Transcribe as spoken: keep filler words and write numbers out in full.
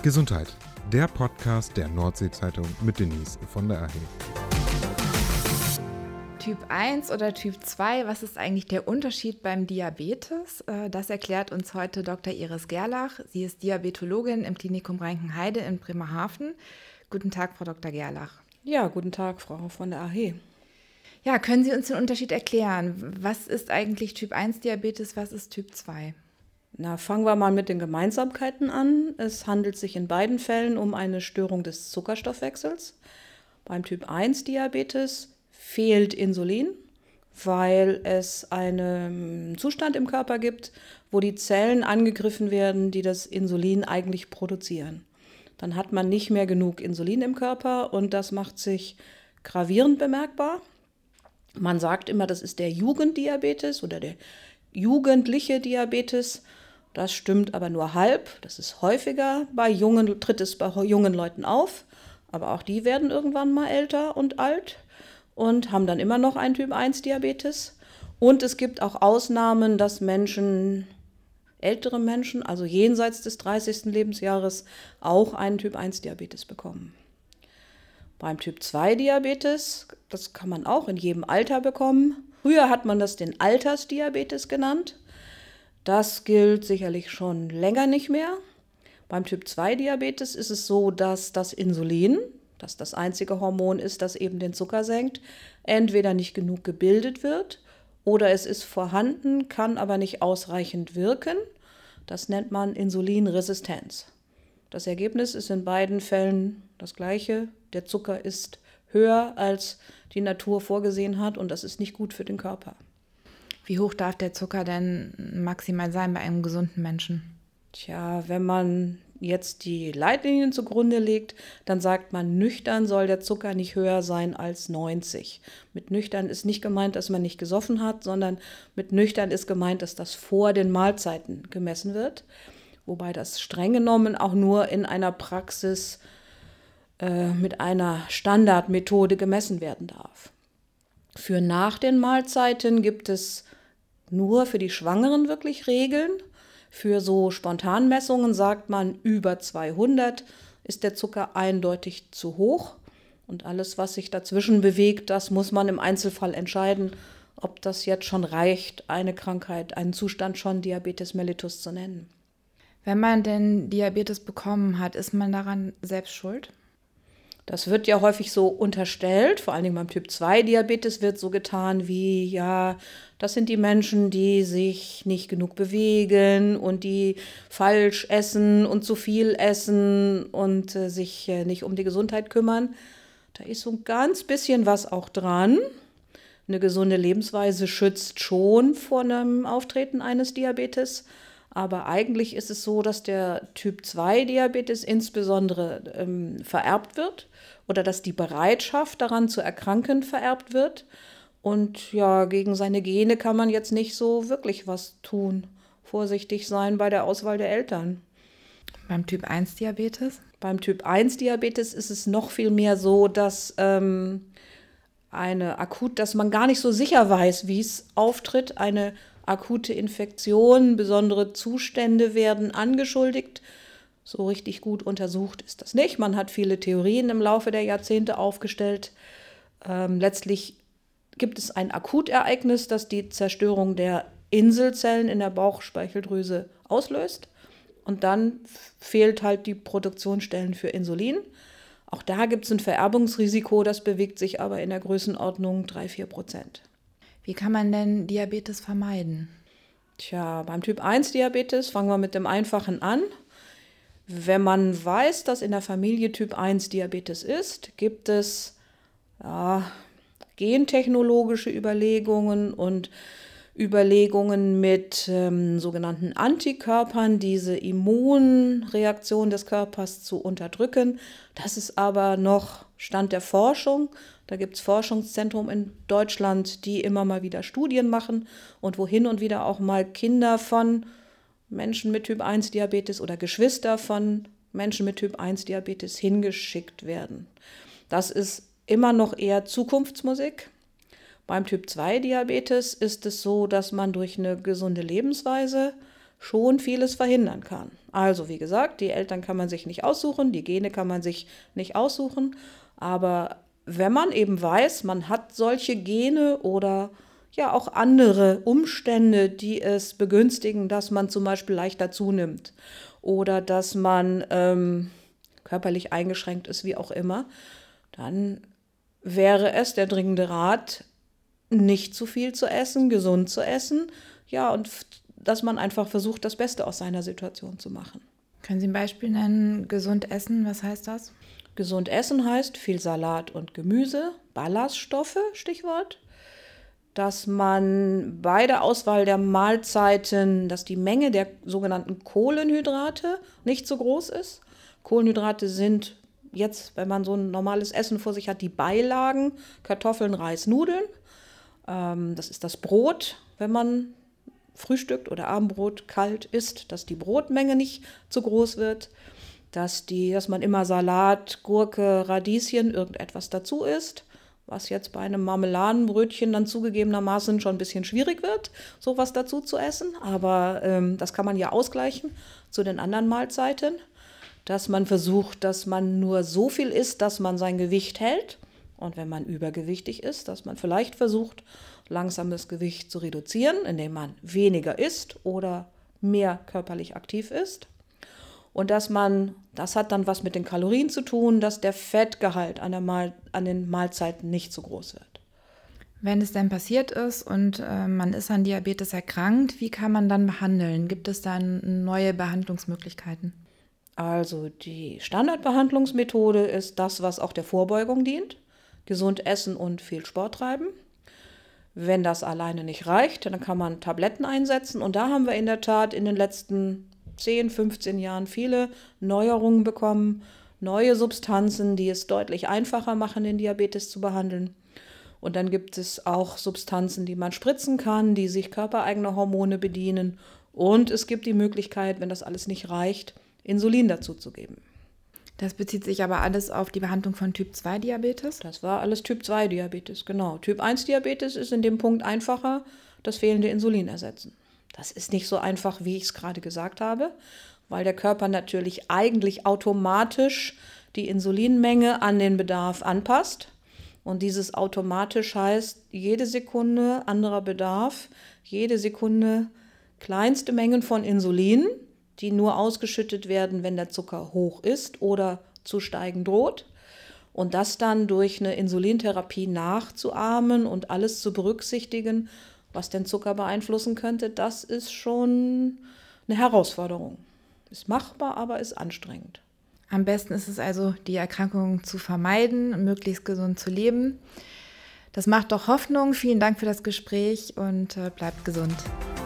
Gesundheit, der Podcast der Nordsee-Zeitung mit Denise von der A H E. Typ eins oder Typ zwei, was ist eigentlich der Unterschied beim Diabetes? Das erklärt uns heute Doktor Iris Gerlach. Sie ist Diabetologin im Klinikum Reinkenheide in Bremerhaven. Guten Tag, Frau Doktor Gerlach. Ja, guten Tag, Frau von der A H E. Ja, können Sie uns den Unterschied erklären? Was ist eigentlich Typ eins Diabetes, was ist Typ zwei? Na, fangen wir mal mit den Gemeinsamkeiten an. Es handelt sich in beiden Fällen um eine Störung des Zuckerstoffwechsels. Beim Typ eins Diabetes fehlt Insulin, weil es einen Zustand im Körper gibt, wo die Zellen angegriffen werden, die das Insulin eigentlich produzieren. Dann hat man nicht mehr genug Insulin im Körper und das macht sich gravierend bemerkbar. Man sagt immer, das ist der Jugenddiabetes oder der jugendliche Diabetes. Das stimmt aber nur halb. Das ist häufiger. Bei Jungen tritt es bei jungen Leuten auf. Aber auch die werden irgendwann mal älter und alt und haben dann immer noch einen Typ eins Diabetes. Und es gibt auch Ausnahmen, dass Menschen, ältere Menschen, also jenseits des dreißigsten Lebensjahres, auch einen Typ eins Diabetes bekommen. Beim Typ zwei Diabetes, das kann man auch in jedem Alter bekommen. Früher hat man das den Altersdiabetes genannt. Das gilt sicherlich schon länger nicht mehr. Beim Typ zwei Diabetes ist es so, dass das Insulin, das das einzige Hormon ist, das eben den Zucker senkt, entweder nicht genug gebildet wird oder es ist vorhanden, kann aber nicht ausreichend wirken. Das nennt man Insulinresistenz. Das Ergebnis ist in beiden Fällen das gleiche. Der Zucker ist höher, als die Natur vorgesehen hat und das ist nicht gut für den Körper. Wie hoch darf der Zucker denn maximal sein bei einem gesunden Menschen? Tja, wenn man jetzt die Leitlinien zugrunde legt, dann sagt man, nüchtern soll der Zucker nicht höher sein als neunzig. Mit nüchtern ist nicht gemeint, dass man nicht gesoffen hat, sondern mit nüchtern ist gemeint, dass das vor den Mahlzeiten gemessen wird. Wobei das streng genommen auch nur in einer Praxis äh, mit einer Standardmethode gemessen werden darf. Für nach den Mahlzeiten gibt es nur für die Schwangeren wirklich Regeln. Für so Spontanmessungen sagt man, über zweihundert ist der Zucker eindeutig zu hoch. Und alles, was sich dazwischen bewegt, das muss man im Einzelfall entscheiden, ob das jetzt schon reicht, eine Krankheit, einen Zustand schon Diabetes mellitus zu nennen. Wenn man denn Diabetes bekommen hat, ist man daran selbst schuld? Das wird ja häufig so unterstellt, vor allen Dingen beim Typ zwei Diabetes wird so getan wie, ja, das sind die Menschen, die sich nicht genug bewegen und die falsch essen und zu viel essen und äh, sich äh, nicht um die Gesundheit kümmern. Da ist so ein ganz bisschen was auch dran. Eine gesunde Lebensweise schützt schon vor einem Auftreten eines Diabetes. Aber eigentlich ist es so, dass der Typ zwei Diabetes insbesondere ähm, vererbt wird oder dass die Bereitschaft daran zu erkranken vererbt wird. Und ja, gegen seine Gene kann man jetzt nicht so wirklich was tun. Vorsichtig sein bei der Auswahl der Eltern. Beim Typ eins Diabetes? Beim Typ eins Diabetes ist es noch viel mehr so, dass ähm, eine akut, dass man gar nicht so sicher weiß, wie es auftritt, eine akute Infektion, besondere Zustände werden angeschuldigt. So richtig gut untersucht ist das nicht. Man hat viele Theorien im Laufe der Jahrzehnte aufgestellt. Ähm, letztlich gibt es ein Akutereignis, das die Zerstörung der Inselzellen in der Bauchspeicheldrüse auslöst. Und dann fehlt halt die Produktionsstellen für Insulin. Auch da gibt es ein Vererbungsrisiko, das bewegt sich aber in der Größenordnung drei bis vier Prozent. Wie kann man denn Diabetes vermeiden? Tja, beim Typ eins Diabetes fangen wir mit dem Einfachen an. Wenn man weiß, dass in der Familie Typ eins Diabetes ist, gibt es ja, gentechnologische Überlegungen und Überlegungen mit ähm, sogenannten Antikörpern, diese Immunreaktion des Körpers zu unterdrücken. Das ist aber noch Stand der Forschung. Da gibt es Forschungszentren in Deutschland, die immer mal wieder Studien machen und wo hin und wieder auch mal Kinder von Menschen mit Typ eins Diabetes oder Geschwister von Menschen mit Typ eins Diabetes hingeschickt werden. Das ist immer noch eher Zukunftsmusik. Beim Typ zwei Diabetes ist es so, dass man durch eine gesunde Lebensweise schon vieles verhindern kann. Also wie gesagt, die Eltern kann man sich nicht aussuchen, die Gene kann man sich nicht aussuchen, aber wenn man eben weiß, man hat solche Gene oder ja auch andere Umstände, die es begünstigen, dass man zum Beispiel leichter zunimmt oder dass man ähm, körperlich eingeschränkt ist, wie auch immer, dann wäre es der dringende Rat, nicht zu viel zu essen, gesund zu essen, ja, und f- dass man einfach versucht, das Beste aus seiner Situation zu machen. Können Sie ein Beispiel nennen? Gesund essen, was heißt das? Gesund essen heißt viel Salat und Gemüse, Ballaststoffe, Stichwort, dass man bei der Auswahl der Mahlzeiten, dass die Menge der sogenannten Kohlenhydrate nicht so groß ist. Kohlenhydrate sind jetzt, wenn man so ein normales Essen vor sich hat, die Beilagen, Kartoffeln, Reis, Nudeln. Ähm, das ist das Brot, wenn man frühstückt oder Abendbrot kalt isst, dass die Brotmenge nicht zu groß wird, dass, die, dass man immer Salat, Gurke, Radieschen, irgendetwas dazu isst, was jetzt bei einem Marmeladenbrötchen dann zugegebenermaßen schon ein bisschen schwierig wird, sowas dazu zu essen. Aber ähm, das kann man ja ausgleichen zu den anderen Mahlzeiten, dass man versucht, dass man nur so viel isst, dass man sein Gewicht hält. Und wenn man übergewichtig ist, dass man vielleicht versucht, langsam das Gewicht zu reduzieren, indem man weniger isst oder mehr körperlich aktiv ist. Und dass man, das hat dann was mit den Kalorien zu tun, dass der Fettgehalt an, der Mahl, an den Mahlzeiten nicht so groß wird. Wenn es denn passiert ist und äh, man ist an Diabetes erkrankt, wie kann man dann behandeln? Gibt es dann neue Behandlungsmöglichkeiten? Also die Standardbehandlungsmethode ist das, was auch der Vorbeugung dient. Gesund essen und viel Sport treiben. Wenn das alleine nicht reicht, dann kann man Tabletten einsetzen. Und da haben wir in der Tat in den letzten zehn, fünfzehn Jahren viele Neuerungen bekommen. Neue Substanzen, die es deutlich einfacher machen, den Diabetes zu behandeln. Und dann gibt es auch Substanzen, die man spritzen kann, die sich körpereigene Hormone bedienen. Und es gibt die Möglichkeit, wenn das alles nicht reicht, Insulin dazu zu geben. Das bezieht sich aber alles auf die Behandlung von Typ zwei Diabetes? Das war alles Typ zwei Diabetes, genau. Typ eins Diabetes ist in dem Punkt einfacher, das fehlende Insulin ersetzen. Das ist nicht so einfach, wie ich es gerade gesagt habe, weil der Körper natürlich eigentlich automatisch die Insulinmenge an den Bedarf anpasst. Und dieses automatisch heißt, jede Sekunde anderer Bedarf, jede Sekunde kleinste Mengen von Insulin, die nur ausgeschüttet werden, wenn der Zucker hoch ist oder zu steigen droht. Und das dann durch eine Insulintherapie nachzuahmen und alles zu berücksichtigen, was den Zucker beeinflussen könnte, das ist schon eine Herausforderung. Ist machbar, aber ist anstrengend. Am besten ist es also, die Erkrankung zu vermeiden, möglichst gesund zu leben. Das macht doch Hoffnung. Vielen Dank für das Gespräch und äh, bleibt gesund.